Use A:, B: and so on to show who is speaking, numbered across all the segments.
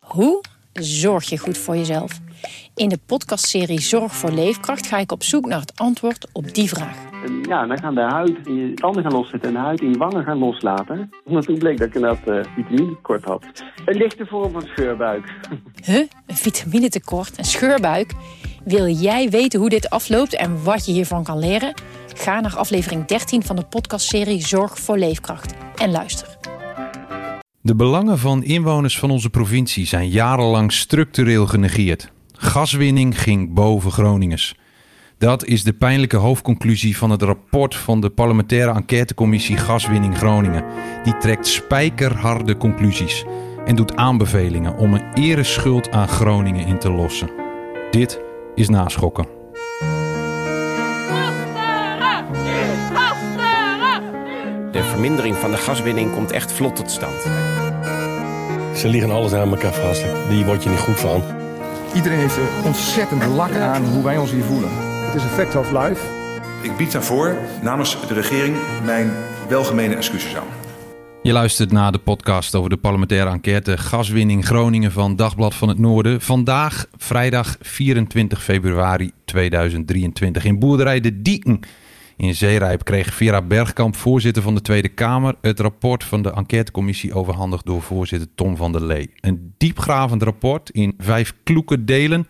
A: Hoe zorg je goed voor jezelf? In de podcastserie Zorg voor Leefkracht ga ik op zoek naar het antwoord op die vraag.
B: Ja, dan gaan de huid in je tanden gaan loszetten en de huid in je wangen gaan loslaten. Omdat toen bleek dat ik inderdaad vitaminetekort had. Een lichte vorm van scheurbuik.
A: Een vitaminetekort, een scheurbuik? Wil jij weten hoe dit afloopt en wat je hiervan kan leren? Ga naar aflevering 13 van de podcastserie Zorg voor Leefkracht en luister.
C: De belangen van inwoners van onze provincie zijn jarenlang structureel genegeerd. Gaswinning ging boven Groningers. Dat is de pijnlijke hoofdconclusie van het rapport van de parlementaire enquêtecommissie Gaswinning Groningen. Die trekt spijkerharde conclusies en doet aanbevelingen om een ereschuld aan Groningen in te lossen. Dit is Naschokken.
D: De vermindering van de gaswinning komt echt vlot tot stand.
E: Ze liggen alles aan elkaar vast. Die word je niet goed van.
F: Iedereen heeft er ontzettend lak aan hoe wij ons hier voelen. Het is een fact of life.
G: Ik bied daarvoor namens de regering mijn welgemene excuses aan.
C: Je luistert naar de podcast over de parlementaire enquête Gaswinning Groningen van Dagblad van het Noorden. Vandaag, vrijdag 24 februari 2023. In boerderij De Dieken in Zeerijp kreeg Vera Bergkamp, voorzitter van de Tweede Kamer, het rapport van de enquêtecommissie overhandigd door voorzitter Tom van der Lee. Een diepgravend rapport in 5 kloeke delen,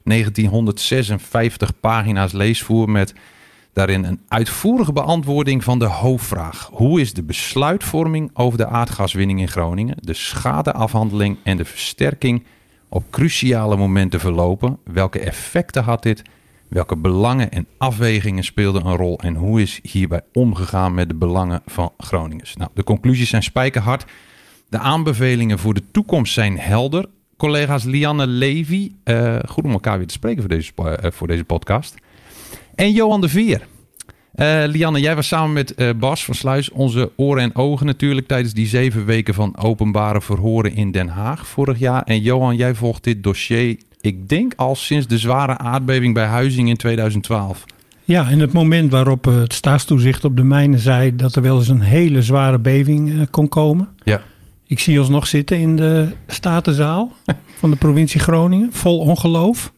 C: 1956 pagina's leesvoer met daarin een uitvoerige beantwoording van de hoofdvraag. Hoe is de besluitvorming over de aardgaswinning in Groningen, de schadeafhandeling en de versterking op cruciale momenten verlopen? Welke effecten had dit? Welke belangen en afwegingen speelden een rol en hoe is hierbij omgegaan met de belangen van Groningers? Nou, de conclusies zijn spijkerhard. De aanbevelingen voor de toekomst zijn helder. Collega's Lianne Levy, goed om elkaar weer te spreken voor deze podcast. En Johan de Veer. Lianne, jij was samen met Bas van Sluis onze oren en ogen natuurlijk tijdens die 7 weken van openbare verhoren in Den Haag vorig jaar. En Johan, jij volgt dit dossier, ik denk al sinds de zware aardbeving bij Huizing in 2012.
H: Ja, en het moment waarop het staatstoezicht op de mijnen zei dat er wel eens een hele zware beving kon komen.
C: Ja.
H: Ik zie ons nog zitten in de Statenzaal van de provincie Groningen, vol ongeloof.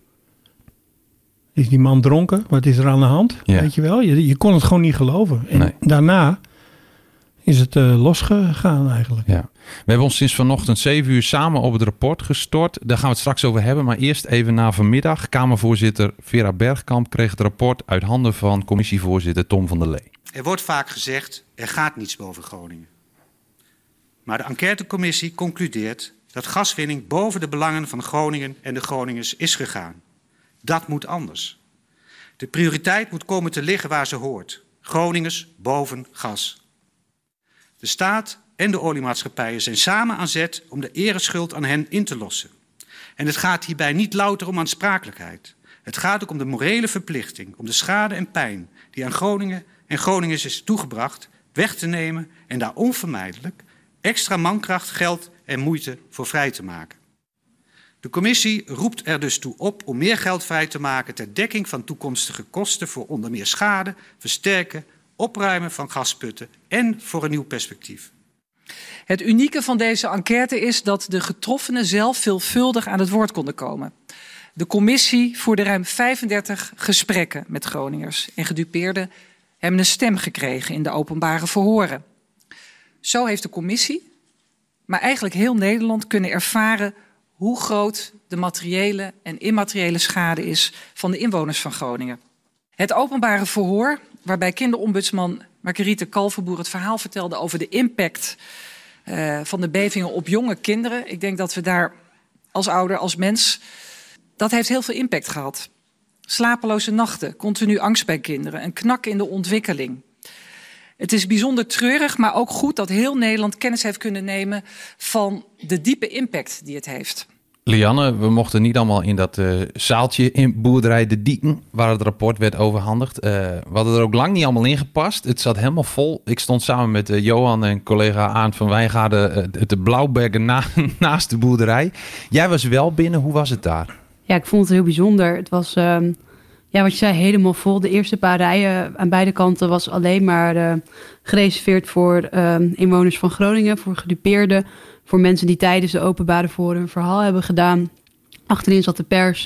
H: Is die man dronken? Wat is er aan de hand?
C: Ja.
H: Weet je wel? Je kon het gewoon niet geloven. En
C: nee.
H: Daarna is het losgegaan eigenlijk.
C: Ja. We hebben ons sinds vanochtend 7 uur samen op het rapport gestort. Daar gaan we het straks over hebben. Maar eerst even na vanmiddag. Kamervoorzitter Vera Bergkamp kreeg het rapport uit handen van commissievoorzitter Tom van der Lee.
I: Er wordt vaak gezegd, er gaat niets boven Groningen. Maar de enquêtecommissie concludeert dat gaswinning boven de belangen van Groningen en de Groningers is gegaan. Dat moet anders. De prioriteit moet komen te liggen waar ze hoort. Groningers boven gas. De staat en de oliemaatschappijen zijn samen aan zet om de ereschuld aan hen in te lossen. En het gaat hierbij niet louter om aansprakelijkheid. Het gaat ook om de morele verplichting om de schade en pijn die aan Groningen en Groningers is toegebracht weg te nemen en daar onvermijdelijk extra mankracht, geld en moeite voor vrij te maken. De commissie roept er dus toe op om meer geld vrij te maken ter dekking van toekomstige kosten voor onder meer schade, versterken, opruimen van gasputten en voor een nieuw perspectief.
J: Het unieke van deze enquête is dat de getroffenen zelf veelvuldig aan het woord konden komen. De commissie voerde ruim 35 gesprekken met Groningers en gedupeerden hebben een stem gekregen in de openbare verhoren. Zo heeft de commissie, maar eigenlijk heel Nederland kunnen ervaren hoe groot de materiële en immateriële schade is van de inwoners van Groningen. Het openbare verhoor, waarbij kinderombudsman Marguerite Kalverboer het verhaal vertelde over de impact van de bevingen op jonge kinderen. Ik denk dat we daar als ouder, als mens, dat heeft heel veel impact gehad. Slapeloze nachten, continu angst bij kinderen, een knak in de ontwikkeling. Het is bijzonder treurig, maar ook goed dat heel Nederland kennis heeft kunnen nemen van de diepe impact die het heeft.
C: Lianne, we mochten niet allemaal in dat zaaltje in boerderij De Dieken, waar het rapport werd overhandigd. We hadden er ook lang niet allemaal in gepast. Het zat helemaal vol. Ik stond samen met Johan en collega Arnd van Wijngaarden te blauwbergen naast de boerderij. Jij was wel binnen. Hoe was het daar?
K: Ja, ik vond het heel bijzonder. Het was, wat je zei, helemaal vol. De eerste paar rijen aan beide kanten was alleen maar gereserveerd voor inwoners van Groningen, voor gedupeerden, voor mensen die tijdens de openbare forum een verhaal hebben gedaan. Achterin zat de pers.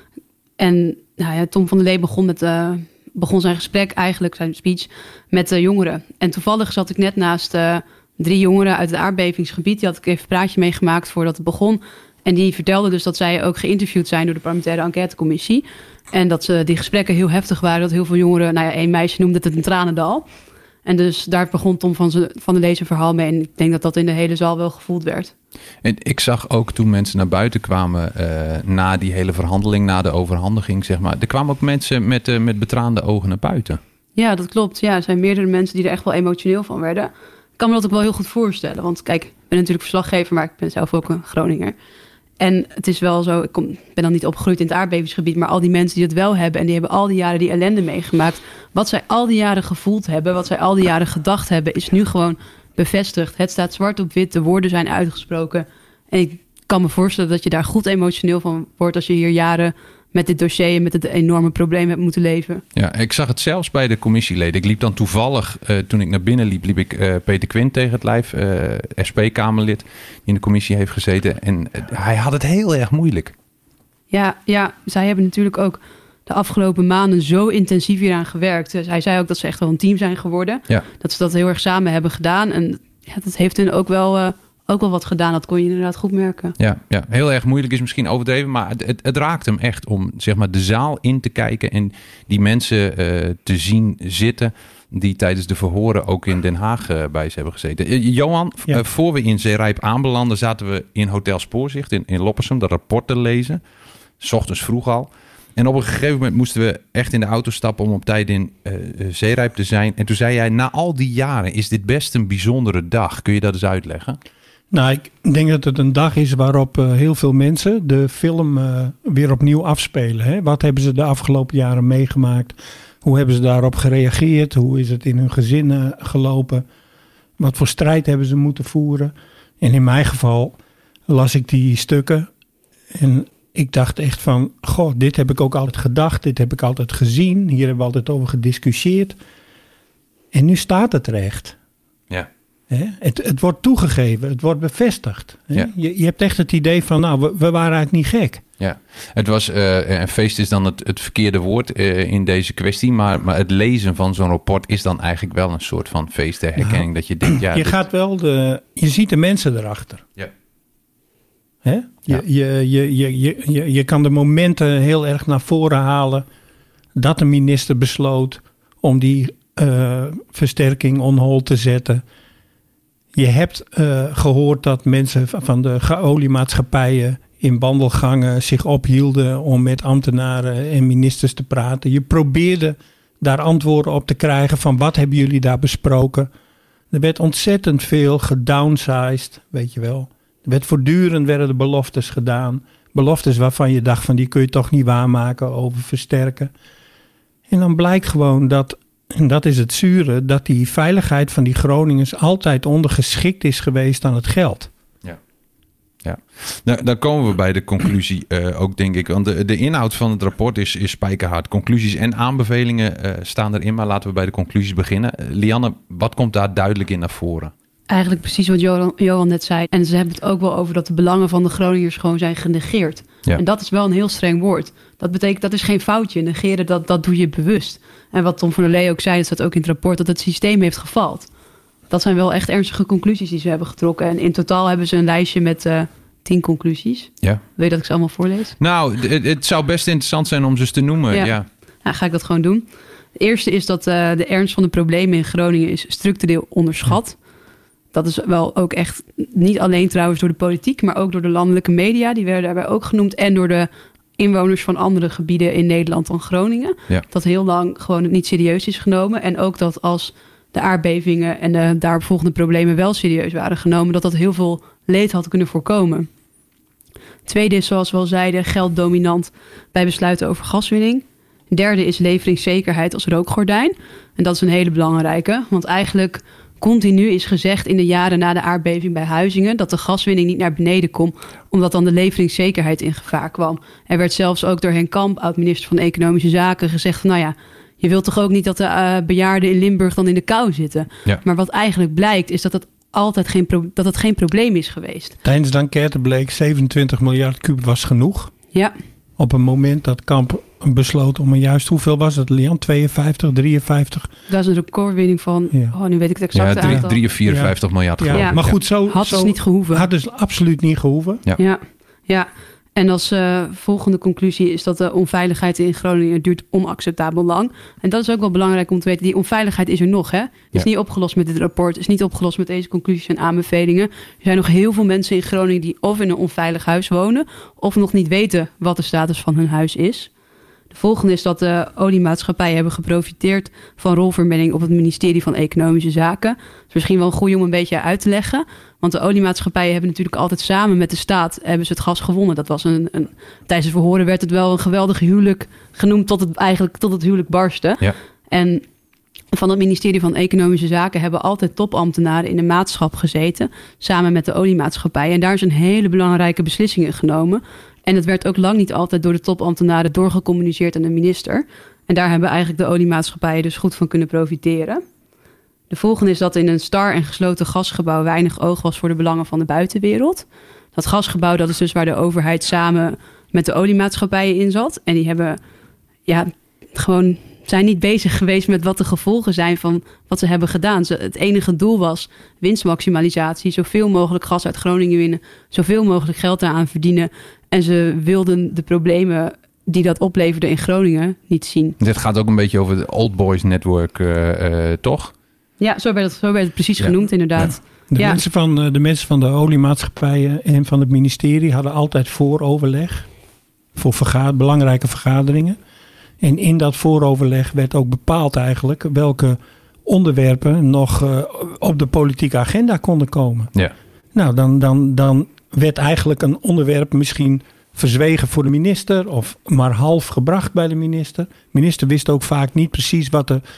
K: En Tom van der Lee begon zijn gesprek, eigenlijk zijn speech, met de jongeren. En toevallig zat ik net naast 3 jongeren uit het aardbevingsgebied. Die had ik even een praatje meegemaakt voordat het begon. En die vertelden dus dat zij ook geïnterviewd zijn door de parlementaire enquêtecommissie. En dat die gesprekken heel heftig waren. Dat heel veel jongeren, één meisje noemde het een tranendal. En dus daar begon Tom van der Lee zijn verhaal mee. En ik denk dat dat in de hele zaal wel gevoeld werd.
C: En ik zag ook toen mensen naar buiten kwamen na die hele verhandeling, na de overhandiging, zeg maar. Er kwamen ook mensen met betraande ogen naar buiten.
K: Ja, dat klopt. Ja, er zijn meerdere mensen die er echt wel emotioneel van werden. Ik kan me dat ook wel heel goed voorstellen. Want kijk, ik ben natuurlijk verslaggever, maar ik ben zelf ook een Groninger. En het is wel zo, ik ben dan niet opgegroeid in het aardbevingsgebied, maar al die mensen die het wel hebben en die hebben al die jaren die ellende meegemaakt. Wat zij al die jaren gevoeld hebben, wat zij al die jaren gedacht hebben, is nu gewoon bevestigd. Het staat zwart op wit, de woorden zijn uitgesproken. En ik kan me voorstellen dat je daar goed emotioneel van wordt als je hier jaren met dit dossier en met het enorme probleem hebt moeten leven. Ja,
C: ik zag het zelfs bij de commissieleden. Ik liep dan toevallig, toen ik naar binnen liep ik Peter Quint tegen het lijf, SP-Kamerlid, die in de commissie heeft gezeten. En hij had het heel erg moeilijk.
K: Ja, zij hebben natuurlijk ook de afgelopen maanden zo intensief hieraan gewerkt. Dus hij zei ook dat ze echt wel een team zijn geworden. Ja. Dat ze dat heel erg samen hebben gedaan. En dat heeft hun ook wel wat gedaan. Dat kon je inderdaad goed merken. Ja,
C: heel erg moeilijk is misschien overdreven, maar het raakt hem echt om zeg maar de zaal in te kijken en die mensen te zien zitten die tijdens de verhoren ook in Den Haag bij ze hebben gezeten. Johan, voor we in Zeerijp aanbelanden, zaten we in Hotel Spoorzicht in Loppersum de rapport te lezen. 's Ochtends vroeg al. En op een gegeven moment moesten we echt in de auto stappen om op tijd in Zeerijp te zijn. En toen zei jij, na al die jaren is dit best een bijzondere dag. Kun je dat eens uitleggen?
H: Nou, ik denk dat het een dag is waarop heel veel mensen de film weer opnieuw afspelen. Hè? Wat hebben ze de afgelopen jaren meegemaakt? Hoe hebben ze daarop gereageerd? Hoe is het in hun gezinnen gelopen? Wat voor strijd hebben ze moeten voeren? En in mijn geval las ik die stukken en ik dacht echt van, goh, dit heb ik ook altijd gedacht, dit heb ik altijd gezien, hier hebben we altijd over gediscussieerd. En nu staat het er echt. Ja. Het wordt toegegeven, het wordt bevestigd. Ja. Je hebt echt het idee van, nou, we waren eigenlijk niet gek.
C: Ja, het was, een feest is dan het verkeerde woord in deze kwestie, maar het lezen van zo'n rapport is dan eigenlijk wel een soort van feest der herkenning. Nou, dat je denkt, ja.
H: Je ziet de mensen erachter. Ja. Hè? Ja. Je kan de momenten heel erg naar voren halen dat de minister besloot om die versterking on hold te zetten. Je hebt gehoord dat mensen van de oliemaatschappijen in wandelgangen zich ophielden om met ambtenaren en ministers te praten. Je probeerde daar antwoorden op te krijgen van wat hebben jullie daar besproken. Er werd ontzettend veel gedownsized, weet je wel. Voortdurend werden de beloftes gedaan. Beloftes waarvan je dacht van die kun je toch niet waarmaken over versterken. En dan blijkt gewoon dat, en dat is het zure, dat die veiligheid van die Groningers altijd ondergeschikt is geweest aan het geld.
C: Ja. Nou, dan komen we bij de conclusie ook, denk ik. Want de inhoud van het rapport is spijkerhard. Conclusies en aanbevelingen staan erin, maar laten we bij de conclusies beginnen. Lianne, wat komt daar duidelijk in naar voren?
K: Eigenlijk precies wat Johan net zei. En ze hebben het ook wel over dat de belangen van de Groningers gewoon zijn genegeerd. Ja. En dat is wel een heel streng woord. Dat betekent, dat is geen foutje. Negeren, dat doe je bewust. En wat Tom van der Lee ook zei, dat staat ook in het rapport, dat het systeem heeft gefaald. Dat zijn wel echt ernstige conclusies die ze hebben getrokken. En in totaal hebben ze een lijstje met 10 conclusies. Ja. Wil je dat ik ze allemaal voorlees?
C: Nou, het zou best interessant zijn om ze eens te noemen. Ja.
K: Nou, ga ik dat gewoon doen. De eerste is dat de ernst van de problemen in Groningen is structureel onderschat. Dat is wel ook echt niet alleen trouwens door de politiek, maar ook door de landelijke media. Die werden daarbij ook genoemd. En door de inwoners van andere gebieden in Nederland dan Groningen. Ja. Dat heel lang gewoon niet serieus is genomen. En ook dat als de aardbevingen en de daaropvolgende problemen wel serieus waren genomen, dat heel veel leed had kunnen voorkomen. Tweede is, zoals we al zeiden, geld dominant bij besluiten over gaswinning. Derde is leveringszekerheid als rookgordijn. En dat is een hele belangrijke, want eigenlijk continu is gezegd in de jaren na de aardbeving bij Huizingen dat de gaswinning niet naar beneden kon, omdat dan de leveringszekerheid in gevaar kwam. Er werd zelfs ook door Henk Kamp, oud-minister van Economische Zaken, gezegd van, nou ja, je wilt toch ook niet dat de bejaarden in Limburg dan in de kou zitten. Ja. Maar wat eigenlijk blijkt is dat het dat het geen probleem is geweest.
H: Tijdens de enquête bleek 27 miljard kuub was genoeg.
K: Ja.
H: Op een moment dat Kamp besloot om juist, hoeveel was het, Lian? 52, 53?
K: Dat is een recordwinning van, nu weet ik het exacte aantal.
C: 3 of 54 miljard.
H: Ja. Maar goed, zo
K: had dus niet gehoeven.
H: Had dus absoluut niet gehoeven.
K: Ja. En als volgende conclusie is dat de onveiligheid in Groningen duurt onacceptabel lang. En dat is ook wel belangrijk om te weten. Die onveiligheid is er nog. Hè? Is niet opgelost met dit rapport. Is niet opgelost met deze conclusies en aanbevelingen. Er zijn nog heel veel mensen in Groningen die of in een onveilig huis wonen, of nog niet weten wat de status van hun huis is. De volgende is dat de oliemaatschappijen hebben geprofiteerd van rolvermenning op het ministerie van Economische Zaken. Dat is misschien wel een goeie om een beetje uit te leggen. Want de oliemaatschappijen hebben natuurlijk altijd samen met de staat hebben ze het gas gewonnen. Dat was tijdens het verhoren werd het wel een geweldig huwelijk genoemd tot het huwelijk barstte. Ja. En van het ministerie van Economische Zaken hebben altijd topambtenaren in de maatschap gezeten, samen met de oliemaatschappijen. En daar is een hele belangrijke beslissing in genomen. En het werd ook lang niet altijd door de topambtenaren doorgecommuniceerd aan de minister. En daar hebben eigenlijk de oliemaatschappijen dus goed van kunnen profiteren. De volgende is dat in een star en gesloten gasgebouw weinig oog was voor de belangen van de buitenwereld. Dat gasgebouw, dat is dus waar de overheid samen met de oliemaatschappijen in zat. En die hebben zijn niet bezig geweest met wat de gevolgen zijn van wat ze hebben gedaan. Het enige doel was winstmaximalisatie, zoveel mogelijk gas uit Groningen winnen, zoveel mogelijk geld eraan verdienen. En ze wilden de problemen die dat opleverde in Groningen niet zien.
C: Dit gaat ook een beetje over de Old Boys Network, toch?
K: Ja, zo werd het precies genoemd, inderdaad.
H: Ja. De mensen van de oliemaatschappijen en van het ministerie hadden altijd vooroverleg voor belangrijke vergaderingen. En in dat vooroverleg werd ook bepaald eigenlijk welke onderwerpen nog op de politieke agenda konden komen. Ja. Nou, dan werd eigenlijk een onderwerp misschien verzwegen voor de minister of maar half gebracht bij de minister. De minister wist ook vaak niet precies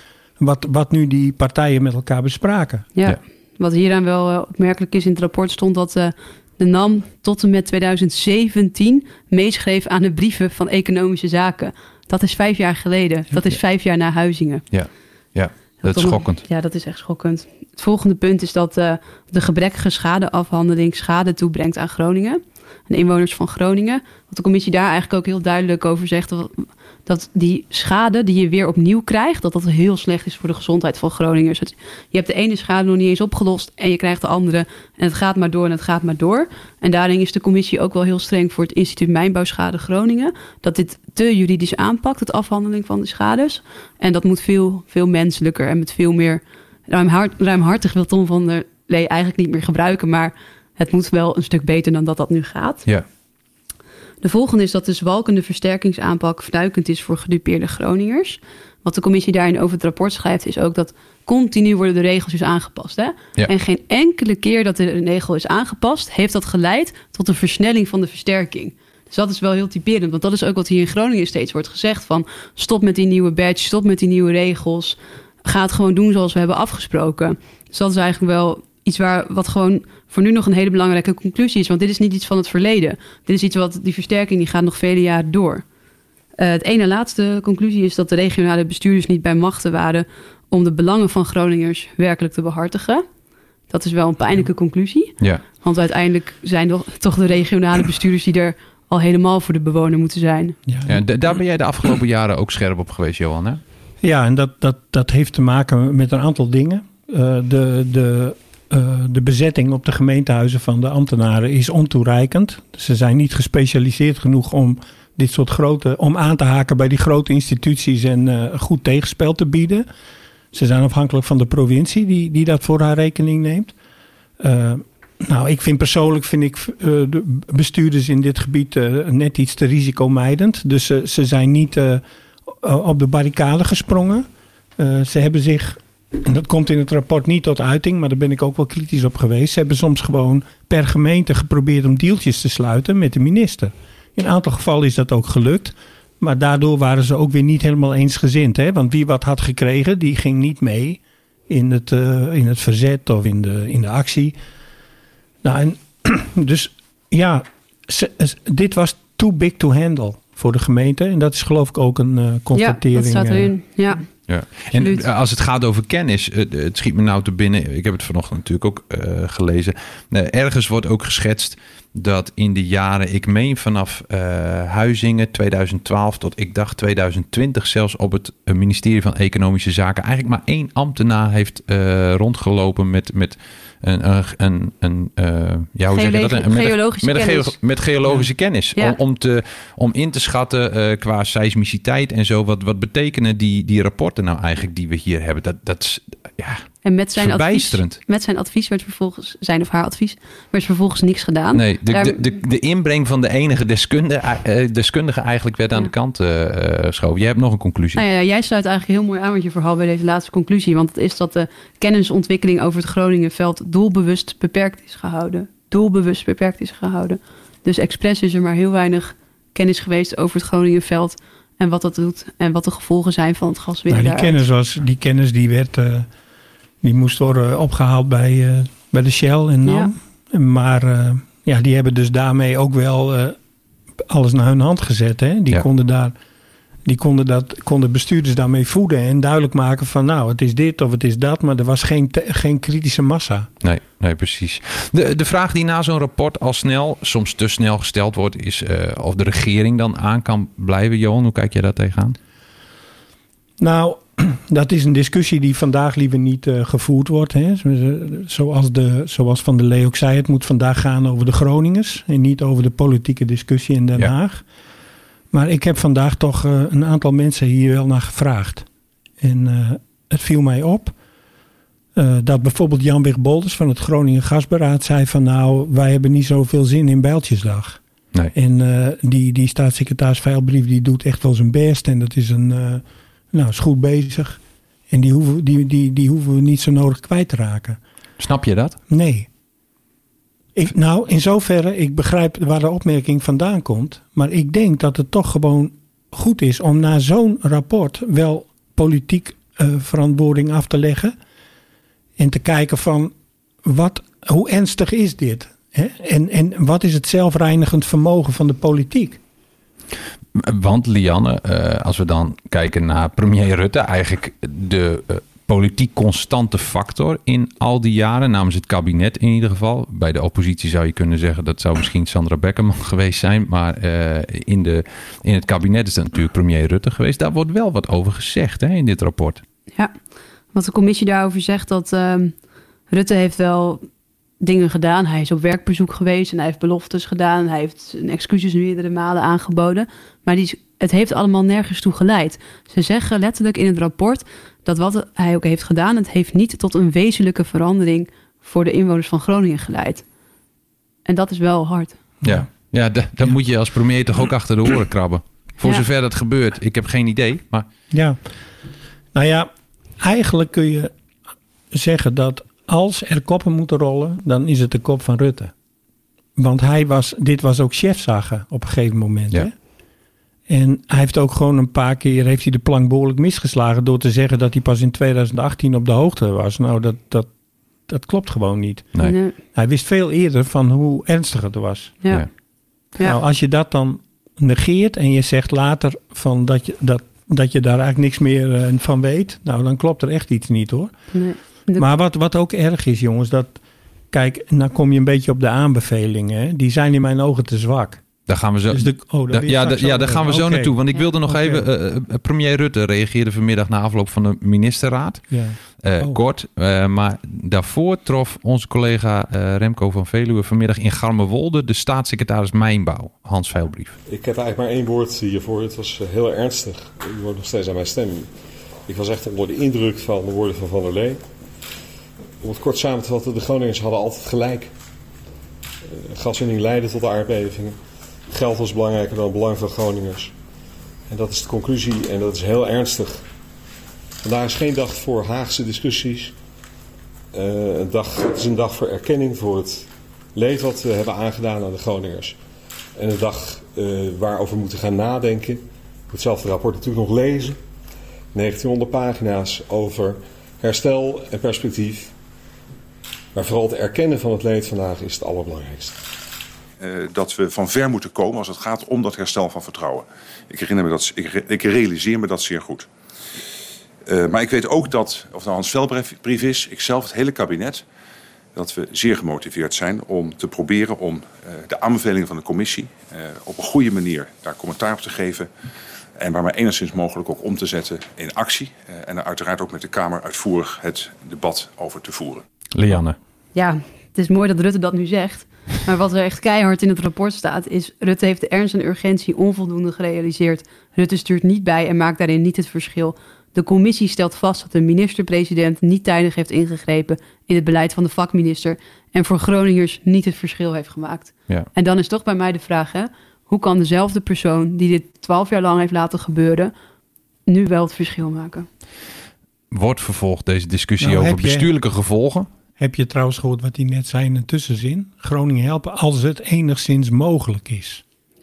H: wat nu die partijen met elkaar bespraken.
K: Ja. Wat hieraan wel opmerkelijk is, in het rapport stond dat de NAM tot en met 2017 meeschreef aan de brieven van Economische Zaken. Dat is 5 jaar geleden. Dat is 5 jaar na Huizingen.
C: Ja, dat is schokkend.
K: Ja, dat is echt schokkend. Het volgende punt is dat de gebrekkige schadeafhandeling schade toebrengt aan Groningen. En inwoners van Groningen. Wat de commissie daar eigenlijk ook heel duidelijk over zegt, dat die schade die je weer opnieuw krijgt, dat heel slecht is voor de gezondheid van Groningers. Je hebt de ene schade nog niet eens opgelost en je krijgt de andere. En het gaat maar door en het gaat maar door. En daarin is de commissie ook wel heel streng voor het Instituut Mijnbouwschade Groningen. Dat dit te juridisch aanpakt, het afhandeling van de schades. En dat moet veel, veel menselijker en met veel meer ruimhartig wil Tom van der Lee eigenlijk niet meer gebruiken. Maar het moet wel een stuk beter dan dat nu gaat. Ja. De volgende is dat de zwalkende versterkingsaanpak fnuikend is voor gedupeerde Groningers. Wat de commissie daarin over het rapport schrijft is ook dat continu worden de regels dus aangepast. Hè? Ja. En geen enkele keer dat de regel is aangepast, heeft dat geleid tot een versnelling van de versterking. Dus dat is wel heel typerend, want dat is ook wat hier in Groningen steeds wordt gezegd van stop met die nieuwe badge, stop met die nieuwe regels. Ga het gewoon doen zoals we hebben afgesproken. Dus dat is eigenlijk wel iets wat gewoon voor nu nog een hele belangrijke conclusie is. Want dit is niet iets van het verleden. Dit is iets die versterking die gaat nog vele jaren door. Het ene laatste conclusie is dat de regionale bestuurders niet bij machten waren om de belangen van Groningers werkelijk te behartigen. Dat is wel een pijnlijke conclusie. Ja. Want uiteindelijk zijn toch de regionale bestuurders die er al helemaal voor de bewoner moeten zijn.
C: Ja, daar ben jij de afgelopen jaren ook scherp op geweest, Johan, hè?
H: Ja, en dat heeft te maken met een aantal dingen. De bezetting op de gemeentehuizen van de ambtenaren is ontoereikend. Ze zijn niet gespecialiseerd genoeg om dit soort om aan te haken bij die grote instituties en goed tegenspel te bieden. Ze zijn afhankelijk van de provincie die dat voor haar rekening neemt. Persoonlijk vind ik de bestuurders in dit gebied net iets te risicomijdend. Dus ze zijn niet op de barricade gesprongen. Ze hebben zich, en dat komt in het rapport niet tot uiting, maar daar ben ik ook wel kritisch op geweest. Ze hebben soms gewoon per gemeente geprobeerd om deeltjes te sluiten met de minister. In een aantal gevallen is dat ook gelukt. Maar daardoor waren ze ook weer niet helemaal eensgezind. Hè? Want wie wat had gekregen, die ging niet mee in het verzet of in de actie. Dus ja, dit was too big to handle voor de gemeente. En dat is geloof ik ook een constatering.
K: Ja, dat staat erin. Ja.
C: Ja. En als het gaat over kennis, het schiet me nou te binnen. Ik heb het vanochtend natuurlijk ook gelezen. Ergens wordt ook geschetst dat in de jaren, ik meen vanaf Huizingen 2012 tot ik dacht 2020 zelfs op het ministerie van Economische Zaken eigenlijk maar 1 ambtenaar heeft rondgelopen met geologische kennis. Ja. Om in te schatten qua seismiciteit en zo. Wat betekenen die rapporten nou eigenlijk die we hier hebben? Dat is
K: en met zijn
C: verbijsterend.
K: Met zijn advies werd vervolgens, zijn of haar advies, werd vervolgens niks gedaan.
C: Nee, de inbreng van de enige deskundige eigenlijk werd aan de kant geschoven. Jij hebt nog een conclusie.
K: Nou ja, jij sluit eigenlijk heel mooi aan met je verhaal bij deze laatste conclusie. Want het is dat de kennisontwikkeling over het Groningenveld doelbewust beperkt is gehouden. Dus expres is er maar heel weinig kennis geweest over het Groningenveld en wat dat doet en wat de gevolgen zijn van het gaswinnen.
H: Nou, die kennis die moest worden opgehaald bij de Shell en NAM. Ja. Maar die hebben dus daarmee ook wel alles naar hun hand gezet. Hè? Konden bestuurders daarmee voeden en duidelijk maken van nou, het is dit of het is dat, maar er was geen kritische massa.
C: Nee, precies. De vraag die na zo'n rapport al soms te snel gesteld wordt, is of de regering dan aan kan blijven. Johan, hoe kijk jij daar tegenaan?
H: Nou, dat is een discussie die vandaag liever niet gevoerd wordt. Hè? Zoals Van der Lee ook zei, het moet vandaag gaan over de Groningers en niet over de politieke discussie in Den Haag. Maar ik heb vandaag toch een aantal mensen hier wel naar gevraagd. En het viel mij op dat bijvoorbeeld Jan Wigbolders van het Groningen Gasberaad zei van nou, wij hebben niet zoveel zin in Bijltjesdag. Nee. En die staatssecretaris Veilbrief die doet echt wel zijn best en dat is is goed bezig. En die hoeven we niet zo nodig kwijt te raken.
C: Snap je dat?
H: Nee. In zoverre, ik begrijp waar de opmerking vandaan komt. Maar ik denk dat het toch gewoon goed is om na zo'n rapport wel politiek verantwoording af te leggen. En te kijken van hoe ernstig is dit? Hè? En wat is het zelfreinigend vermogen van de politiek?
C: Want Lianne, als we dan kijken naar premier Rutte, eigenlijk de politiek constante factor in al die jaren, namens het kabinet in ieder geval. Bij de oppositie zou je kunnen zeggen, dat zou misschien Sandra Beckerman geweest zijn, maar in het kabinet is dat natuurlijk premier Rutte geweest. Daar wordt wel wat over gezegd in dit rapport. Ja,
K: wat de commissie daarover zegt, dat Rutte heeft wel dingen gedaan. Hij is op werkbezoek geweest en hij heeft beloftes gedaan. Hij heeft zijn excuses meerdere malen aangeboden. Maar het heeft allemaal nergens toe geleid. Ze zeggen letterlijk in het rapport dat wat hij ook heeft gedaan, het heeft niet tot een wezenlijke verandering voor de inwoners van Groningen geleid. En dat is wel hard.
C: Ja, dan moet je als premier toch ook achter de oren krabben. Voor zover dat gebeurt. Ik heb geen idee. Maar...
H: Ja, nou ja, eigenlijk kun je zeggen dat als er koppen moeten rollen, dan is het de kop van Rutte. Want dit was ook chefzage op een gegeven moment. Ja. Hè? En hij heeft ook gewoon een paar keer de plank behoorlijk misgeslagen door te zeggen dat hij pas in 2018 op de hoogte was. Nou, dat klopt gewoon niet. Nee. Hij wist veel eerder van hoe ernstig het was. Ja. Nou, als je dat dan negeert en je zegt later van dat je daar eigenlijk niks meer van weet, nou, dan klopt er echt iets niet, hoor. Nee. Maar wat ook erg is, jongens, kijk, dan kom je een beetje op de aanbevelingen. Hè? Die zijn in mijn ogen te zwak.
C: Daar gaan we zo, daar gaan we zo naartoe. Want ik wilde nog even... premier Rutte reageerde vanmiddag na afloop van de ministerraad. Ja. Kort. Maar daarvoor trof onze collega Remco van Veluwe vanmiddag in Garmerwolde de staatssecretaris Mijnbouw, Hans Veilbrief.
L: Ik heb eigenlijk maar 1 woord hiervoor. Het was heel ernstig. U hoort nog steeds aan mijn stem. Ik was echt onder de indruk van de woorden van Van der Lee. Om het kort samen te vatten, de Groningers hadden altijd gelijk. Gaswinning leidde tot aardbevingen. Geld was belangrijker dan het belang van Groningers. En dat is de conclusie en dat is heel ernstig. Vandaag is geen dag voor Haagse discussies. Het is een dag voor erkenning voor het leed wat we hebben aangedaan aan de Groningers. En een dag waarover we moeten gaan nadenken. Ik moet hetzelfde rapport natuurlijk nog lezen. 1900 pagina's over herstel en perspectief. Maar vooral het erkennen van het leed vandaag is het allerbelangrijkste.
G: Dat we van ver moeten komen als het gaat om dat herstel van vertrouwen. Ik realiseer me dat zeer goed. Maar ik weet ook dat, of nou een spelbrief is, ikzelf, het hele kabinet, dat we zeer gemotiveerd zijn om te proberen om de aanbevelingen van de commissie op een goede manier daar commentaar op te geven. En waar maar enigszins mogelijk ook om te zetten in actie. En er uiteraard ook met de Kamer uitvoerig het debat over te voeren.
C: Lianne.
K: Ja, het is mooi dat Rutte dat nu zegt. Maar wat er echt keihard in het rapport staat is... Rutte heeft de ernst en urgentie onvoldoende gerealiseerd. Rutte stuurt niet bij en maakt daarin niet het verschil. De commissie stelt vast dat de minister-president niet tijdig heeft ingegrepen... in het beleid van de vakminister... en voor Groningers niet het verschil heeft gemaakt.
C: Ja.
K: En dan is toch bij mij de vraag... hoe kan dezelfde persoon die dit 12 jaar lang heeft laten gebeuren... nu wel het verschil maken?
C: Wordt vervolgd deze discussie over bestuurlijke gevolgen?
H: Heb je trouwens gehoord wat hij net zei in een tussenzin? Groningen helpen als het enigszins mogelijk is.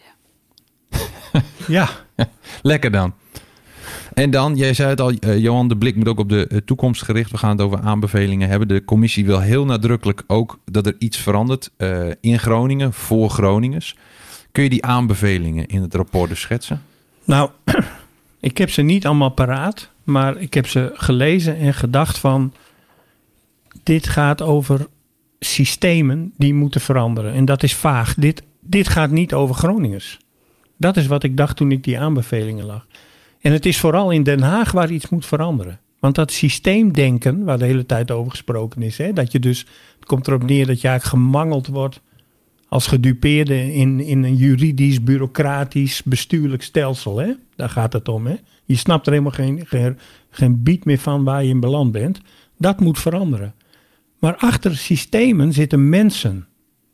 H: Ja.
C: Lekker dan. En dan, jij zei het al, Johan, de blik moet ook op de toekomst gericht. We gaan het over aanbevelingen hebben. De commissie wil heel nadrukkelijk ook dat er iets verandert in Groningen, voor Groningers. Kun je die aanbevelingen in het rapport dus schetsen?
H: Nou, ik heb ze niet allemaal paraat, maar ik heb ze gelezen en gedacht van... Dit gaat over systemen die moeten veranderen. En dat is vaag. Dit gaat niet over Groningers. Dat is wat ik dacht toen ik die aanbevelingen lag. En het is vooral in Den Haag waar iets moet veranderen. Want dat systeemdenken, waar de hele tijd over gesproken is... Hè, dat je dus, het komt erop neer dat je eigenlijk gemangeld wordt... als gedupeerde in een juridisch, bureaucratisch, bestuurlijk stelsel. Hè? Daar gaat het om. Hè? Je snapt er helemaal geen bied meer van waar je in beland bent. Dat moet veranderen. Maar achter systemen zitten mensen.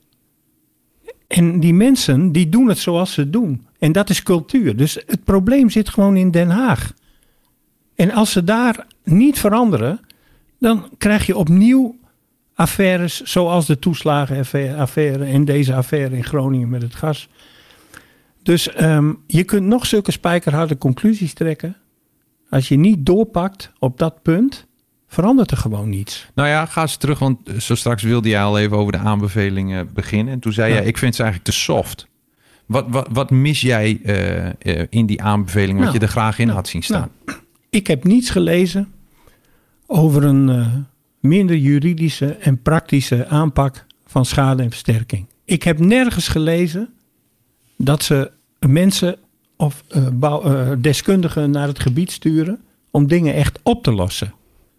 H: En die mensen, die doen het zoals ze doen. En dat is cultuur. Dus het probleem zit gewoon in Den Haag. En als ze daar niet veranderen... dan krijg je opnieuw affaires zoals de toeslagenaffaire... en deze affaire in Groningen met het gas. Dus je kunt nog zulke spijkerharde conclusies trekken. Als je niet doorpakt op dat punt... verandert er gewoon niets.
C: Nou ja, ga eens terug, want zo straks wilde jij al even over de aanbevelingen beginnen. En toen zei jij, ik vind ze eigenlijk te soft. Wat mis jij in die aanbevelingen, wat je er graag in had zien staan?
H: Ik heb niets gelezen over een minder juridische en praktische aanpak van schade en versterking. Ik heb nergens gelezen dat ze mensen of deskundigen naar het gebied sturen om dingen echt op te lossen.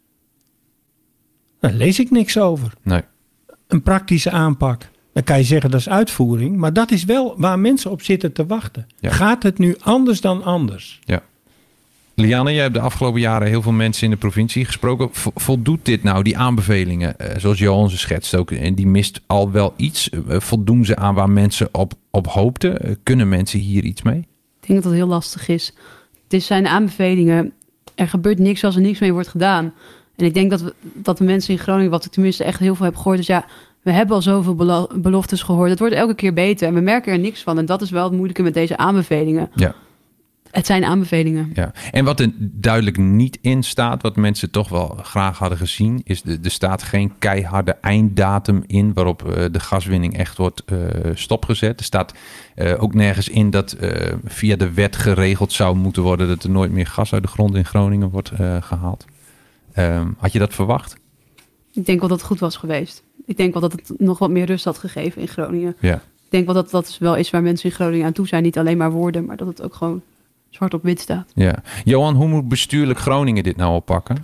H: Daar lees ik niks over.
C: Nee.
H: Een praktische aanpak. Dan kan je zeggen dat is uitvoering. Maar dat is wel waar mensen op zitten te wachten. Ja. Gaat het nu anders dan anders?
C: Ja. Lianne, jij hebt de afgelopen jaren heel veel mensen in de provincie gesproken. Voldoet dit nou, die aanbevelingen, zoals Johan ze schetst ook, en die mist al wel iets? Voldoen ze aan waar mensen op hoopten? Kunnen mensen hier iets mee?
K: Ik denk dat dat heel lastig is. Het zijn aanbevelingen. Er gebeurt niks als er niks mee wordt gedaan. En ik denk dat de mensen in Groningen, wat ik tenminste echt heel veel heb gehoord, dus ja, we hebben al zoveel beloftes gehoord. Het wordt elke keer beter en we merken er niks van. En dat is wel het moeilijke met deze aanbevelingen.
C: Ja.
K: Het zijn aanbevelingen.
C: Ja. En wat er duidelijk niet in staat, wat mensen toch wel graag hadden gezien, is er staat geen keiharde einddatum in waarop de gaswinning echt wordt stopgezet. Er staat ook nergens in dat via de wet geregeld zou moeten worden dat er nooit meer gas uit de grond in Groningen wordt gehaald. Had je dat verwacht?
K: Ik denk wel dat het goed was geweest. Ik denk wel dat het nog wat meer rust had gegeven in Groningen.
C: Ja.
K: Ik denk wel dat dat wel is waar mensen in Groningen aan toe zijn. Niet alleen maar woorden, maar dat het ook gewoon zwart op wit staat.
C: Ja. Johan, hoe moet bestuurlijk Groningen dit nou oppakken?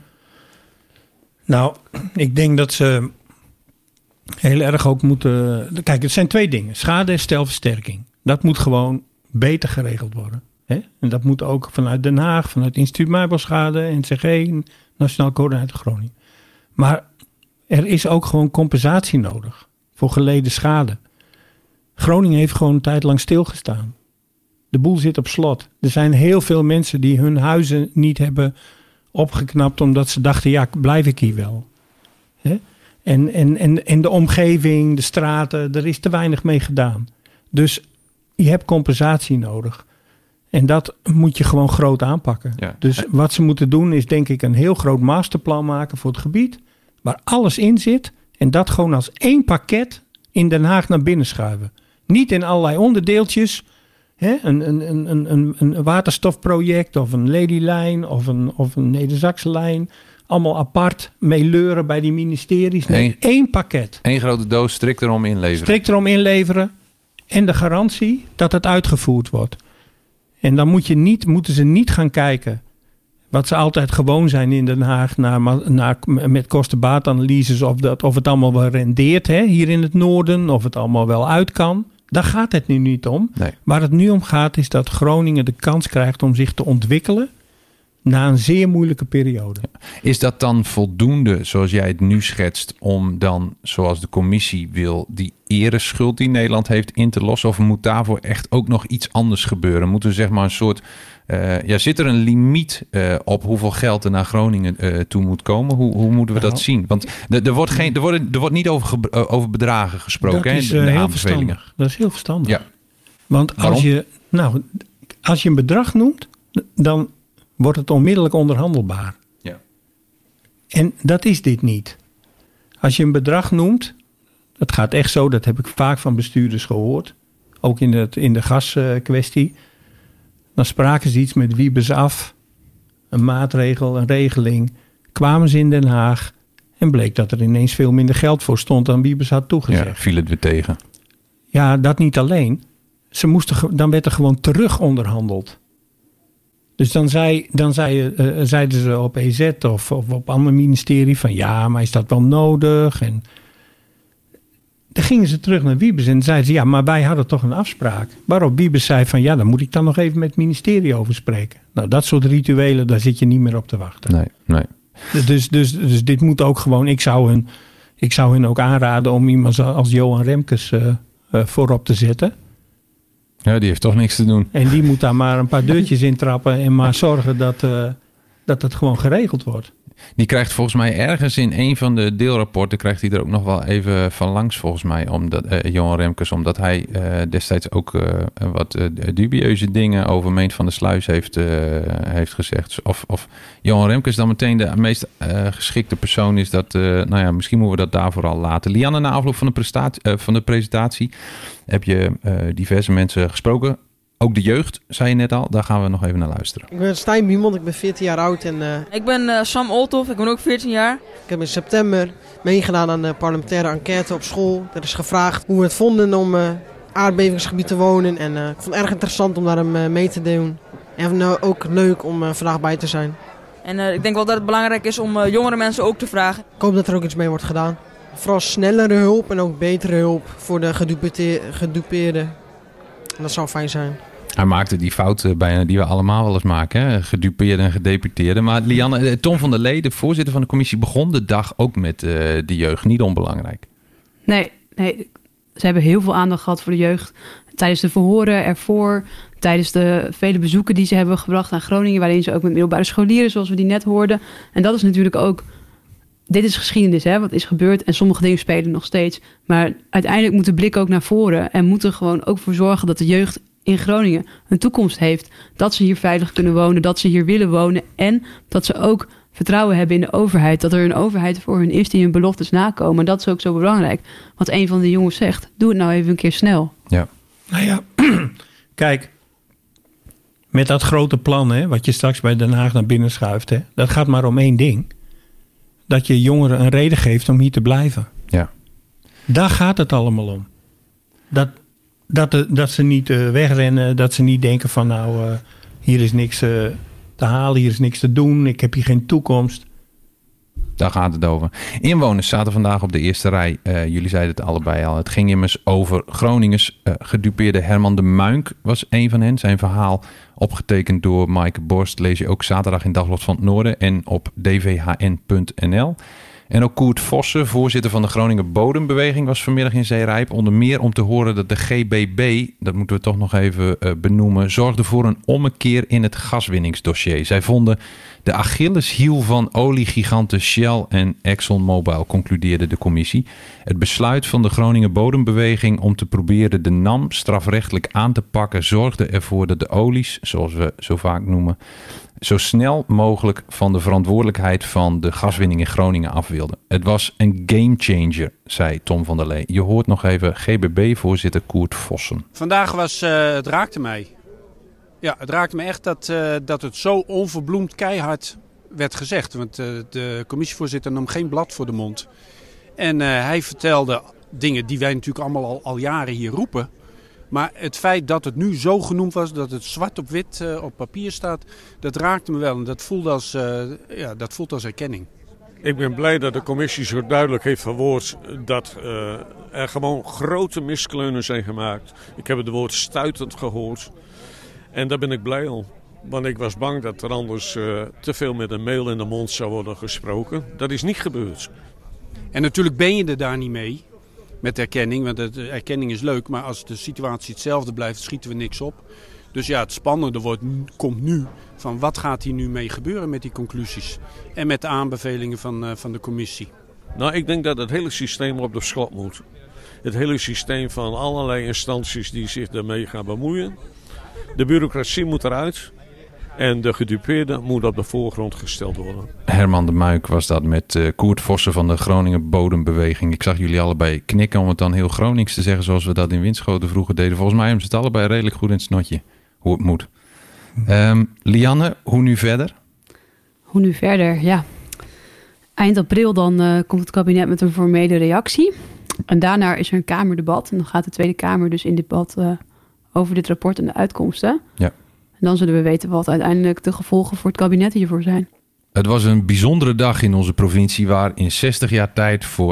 H: Nou, ik denk dat ze heel erg ook moeten... Kijk, het zijn twee dingen. Schade-herstelversterking. Dat moet gewoon beter geregeld worden. Hè? En dat moet ook vanuit Den Haag, vanuit Instituut Meubelschade, NCG, Nationaal Coördinator Groningen. Maar er is ook gewoon compensatie nodig voor geleden schade. Groningen heeft gewoon een tijd lang stilgestaan. De boel zit op slot. Er zijn heel veel mensen die hun huizen niet hebben opgeknapt omdat ze dachten, ja, blijf ik hier wel. Hè? En de omgeving, de straten, er is te weinig mee gedaan. Dus je hebt compensatie nodig. En dat moet je gewoon groot aanpakken. Ja. Dus wat ze moeten doen is denk ik een heel groot masterplan maken voor het gebied. Waar alles in zit. En dat gewoon als één pakket in Den Haag naar binnen schuiven. Niet in allerlei onderdeeltjes. Een waterstofproject of een Ladylijn of een Neder-Saxe-lijn. Allemaal apart meeleuren bij die ministeries. Nee, één pakket.
C: Eén grote doos, strikt erom inleveren.
H: Strikt erom inleveren. En de garantie dat het uitgevoerd wordt. En dan moeten ze niet gaan kijken. Wat ze altijd gewoon zijn in Den Haag. Met kosten-baatanalyses. Of het allemaal wel rendeert. Hier in het noorden. Of het allemaal wel uit kan. Daar gaat het nu niet om.
C: Nee.
H: Waar het nu om gaat is dat Groningen de kans krijgt om zich te ontwikkelen. Na een zeer moeilijke periode.
C: Is dat dan voldoende, zoals jij het nu schetst, om dan, zoals de commissie wil, die ereschuld die Nederland heeft in te lossen? Of moet daarvoor echt ook nog iets anders gebeuren? Moeten we zeg maar een soort... zit er een limiet op hoeveel geld er naar Groningen toe moet komen? Hoe moeten we dat zien? Want er wordt niet over bedragen gesproken.
H: Dat is
C: in de
H: heel verstandig. Dat is heel verstandig.
C: Ja.
H: Want als je een bedrag noemt, dan wordt het onmiddellijk onderhandelbaar.
C: Ja.
H: En dat is dit niet. Als je een bedrag noemt, dat gaat echt zo, dat heb ik vaak van bestuurders gehoord. Ook in de gaskwestie. Dan spraken ze iets met Wiebes af. Een maatregel, een regeling. Kwamen ze in Den Haag. En bleek dat er ineens veel minder geld voor stond dan Wiebes had toegezegd.
C: Ja, viel het weer tegen.
H: Ja, dat niet alleen. Dan werd er gewoon terug onderhandeld. Dus dan zeiden ze op EZ of op ander ministerie van ja, maar is dat wel nodig? En dan gingen ze terug naar Wiebes en zeiden ze ja, maar wij hadden toch een afspraak. Waarop Wiebes zei van ja, dan moet ik dan nog even met het ministerie over spreken. Nou, dat soort rituelen, daar zit je niet meer op te wachten.
C: Nee.
H: Dus dit moet ook gewoon, ik zou hen ook aanraden om iemand als Johan Remkes voorop te zetten.
C: Ja, die heeft toch niks te doen.
H: En die moet daar maar een paar deurtjes intrappen en maar zorgen dat het gewoon geregeld wordt.
C: Die krijgt volgens mij ergens in een van de deelrapporten, krijgt hij er ook nog wel even van langs volgens mij, Johan Remkes, omdat hij destijds ook wat dubieuze dingen over Meent van der Sluis heeft gezegd. Of Johan Remkes dan meteen de meest geschikte persoon is, dat misschien moeten we dat daarvoor al laten. Lianne, na afloop van de presentatie heb je diverse mensen gesproken. Ook de jeugd, zei je net al. Daar gaan we nog even naar luisteren.
M: Ik ben Stijn Biemond, ik ben 14 jaar oud. Ik ben Sam Olthoff, ik ben ook 14 jaar. Ik heb in september meegedaan aan de parlementaire enquête op school. Er is gevraagd hoe we het vonden om aardbevingsgebied te wonen. En ik vond het erg interessant om daar mee te doen. En ook leuk om vandaag bij te zijn. En ik denk wel dat het belangrijk is om jongere mensen ook te vragen. Ik hoop dat er ook iets mee wordt gedaan. Vooral snellere hulp en ook betere hulp voor de gedupeerden. En dat zou fijn zijn.
C: Hij maakte die fout bijna die we allemaal wel eens maken. Hè? Gedupeerde en gedeputeerde. Maar Lianne, Tom van der Lee, de voorzitter van de commissie, begon de dag ook met de jeugd. Niet onbelangrijk.
K: Nee. Ze hebben heel veel aandacht gehad voor de jeugd. Tijdens de verhoren ervoor. Tijdens de vele bezoeken die ze hebben gebracht aan Groningen. Waarin ze ook met middelbare scholieren, zoals we die net hoorden. En dat is natuurlijk ook... Dit is geschiedenis, hè, wat is gebeurd. En sommige dingen spelen nog steeds. Maar uiteindelijk moet de blik ook naar voren. En moet er gewoon ook voor zorgen dat de jeugd in Groningen een toekomst heeft. Dat ze hier veilig kunnen wonen. Dat ze hier willen wonen. En dat ze ook vertrouwen hebben in de overheid. Dat er een overheid voor hun is die hun beloftes nakomen. En dat is ook zo belangrijk. Want een van de jongens zegt, doe het nou even een keer snel.
C: Ja.
H: Nou ja, kijk. Met dat grote plan, hè, wat je straks bij Den Haag naar binnen schuift. Hè, dat gaat maar om één ding. Dat je jongeren een reden geeft om hier te blijven.
C: Ja.
H: Daar gaat het allemaal om. Dat ze niet wegrennen. Dat ze niet denken van hier is niks te halen. Hier is niks te doen. Ik heb hier geen toekomst.
C: Daar gaat het over. Inwoners zaten vandaag op de eerste rij. Jullie zeiden het allebei al. Het ging immers over Groningens. Gedupeerde Herman de Muynck was een van hen. Zijn verhaal, opgetekend door Maaike Borst, lees je ook zaterdag in Dagblad van het Noorden en op dvhn.nl. En ook Koert Vossen, voorzitter van de Groninger Bodembeweging, was vanmiddag in Zeerijp. Onder meer om te horen dat de GBB, dat moeten we toch nog even benoemen, zorgde voor een ommekeer in het gaswinningsdossier. Zij vonden de Achilleshiel van oliegiganten Shell en ExxonMobil, concludeerde de commissie. Het besluit van de Groninger Bodembeweging om te proberen de NAM strafrechtelijk aan te pakken zorgde ervoor dat de olies, zoals we zo vaak noemen, zo snel mogelijk van de verantwoordelijkheid van de gaswinning in Groningen af wilden. Het was een gamechanger, zei Tom van der Lee. Je hoort nog even GBB-voorzitter Koert Vossen.
N: Vandaag het raakte mij. Ja, het raakte me echt dat het zo onverbloemd keihard werd gezegd. Want de commissievoorzitter nam geen blad voor de mond. En hij vertelde dingen die wij natuurlijk allemaal al jaren hier roepen. Maar het feit dat het nu zo genoemd was, dat het zwart op wit op papier staat, dat raakte me wel. En dat voelt als erkenning.
L: Ik ben blij dat de commissie zo duidelijk heeft verwoord dat er gewoon grote miskleunen zijn gemaakt. Ik heb het woord stuitend gehoord. En daar ben ik blij om. Want ik was bang dat er anders te veel met een mail in de mond zou worden gesproken. Dat is niet gebeurd.
N: En natuurlijk ben je er daar niet mee met erkenning. Want erkenning is leuk, maar als de situatie hetzelfde blijft, schieten we niks op. Dus ja, het spannende komt nu van wat gaat hier nu mee gebeuren met die conclusies. En met de aanbevelingen van de commissie.
L: Nou, ik denk dat het hele systeem op de schop moet. Het hele systeem van allerlei instanties die zich daarmee gaan bemoeien. De bureaucratie moet eruit. En de gedupeerde moet op de voorgrond gesteld worden.
C: Herman de Muik was dat met Koert Vossen van de Groningen Bodembeweging. Ik zag jullie allebei knikken om het dan heel Gronings te zeggen zoals we dat in Winschoten vroeger deden. Volgens mij hebben ze het allebei redelijk goed in het snotje. Hoe het moet. Lianne, hoe nu verder?
K: Hoe nu verder, ja. Eind april dan komt het kabinet met een formele reactie. En daarna is er een Kamerdebat. En dan gaat de Tweede Kamer dus in debat over dit rapport en de uitkomsten.
C: Ja.
K: En dan zullen we weten wat uiteindelijk de gevolgen voor het kabinet hiervoor zijn.
C: Het was een bijzondere dag in onze provincie waar in 60 jaar tijd voor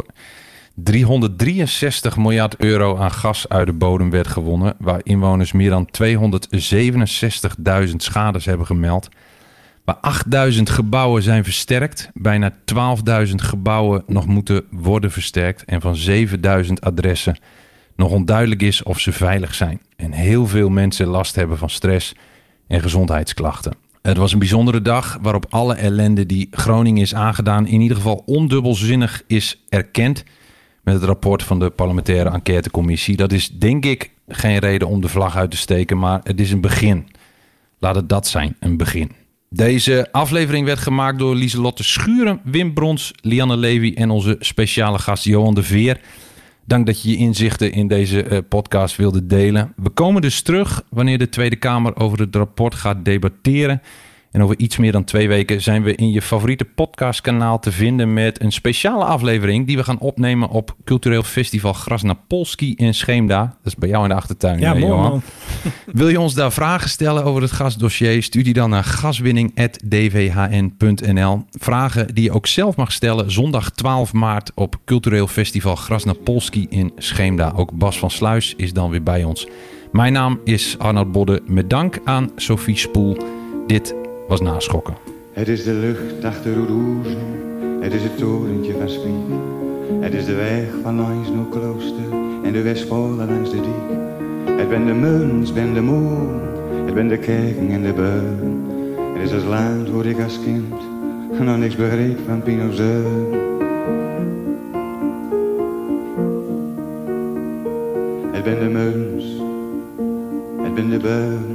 C: 363 miljard euro aan gas uit de bodem werd gewonnen. Waar inwoners meer dan 267.000 schades hebben gemeld. Waar 8.000 gebouwen zijn versterkt. Bijna 12.000 gebouwen nog moeten worden versterkt. En van 7.000 adressen nog onduidelijk is of ze veilig zijn. En heel veel mensen last hebben van stress en gezondheidsklachten. Het was een bijzondere dag waarop alle ellende die Groningen is aangedaan in ieder geval ondubbelzinnig is erkend met het rapport van de parlementaire enquêtecommissie. Dat is denk ik geen reden om de vlag uit te steken, maar het is een begin. Laat het dat zijn, een begin. Deze aflevering werd gemaakt door Lieselotte Schuren, Wim Brons, Lianne Levy en onze speciale gast Johan de Veer. Dank dat je je inzichten in deze podcast wilde delen. We komen dus terug wanneer de Tweede Kamer over het rapport gaat debatteren. En over iets meer dan 2 weken zijn we in je favoriete podcastkanaal te vinden met een speciale aflevering die we gaan opnemen op Cultureel Festival Krasnapolski in Scheemda. Dat is bij jou in de achtertuin.
H: Ja, mooi man.
C: Wil je ons daar vragen stellen over het gasdossier? Stuur die dan naar gaswinning@dvhn.nl. Vragen die je ook zelf mag stellen zondag 12 maart op Cultureel Festival Krasnapolski in Scheemda. Ook Bas van Sluis is dan weer bij ons. Mijn naam is Arnoud Bodde. Met dank aan Sophie Spoel. Dit was Naschokken.
O: Het is de lucht achter Roeroezen, het is het torentje van Spiek. Het is de weg van langs naar Klooster en de Westpolen langs de Diek. Het ben de Meuns, ben de Moon, het ben de kerken en de beun. Het is het land waar ik als kind nog niks begreep van Pinozeun. Het ben de Meuns, het ben de beun.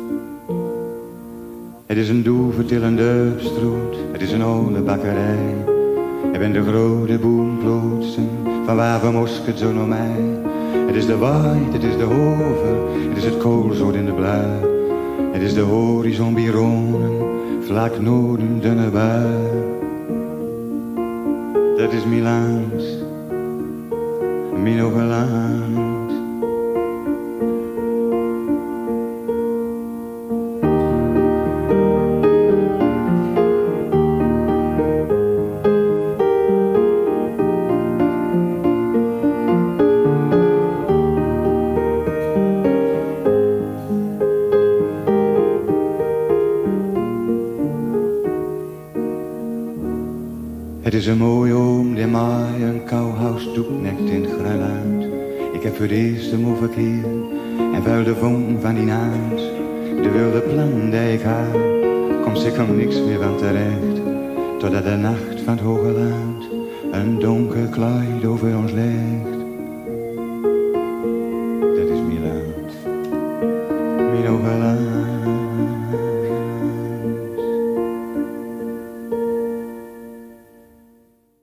O: Het is een doevertillende stroot, het is een oude bakkerij. Het ben de grote boomplotsen, van waar we mosket zo naar mij. Het is de waait, het is de hover, het is het koolzoot in de blauw. Het is de horizon bironen, vlak noorden dunne bui. Dat is Milaans, mijn overland. Het is een mooie oom die mij een kouhuis doeknekt in het Grieland. Ik heb voor het eerst hem overkeerd en vuil de vonk van die naams. De wilde plan die ik had, komt zeker niks meer van terecht. Totdat de nacht van het hoge land een donker kleid over ons legt.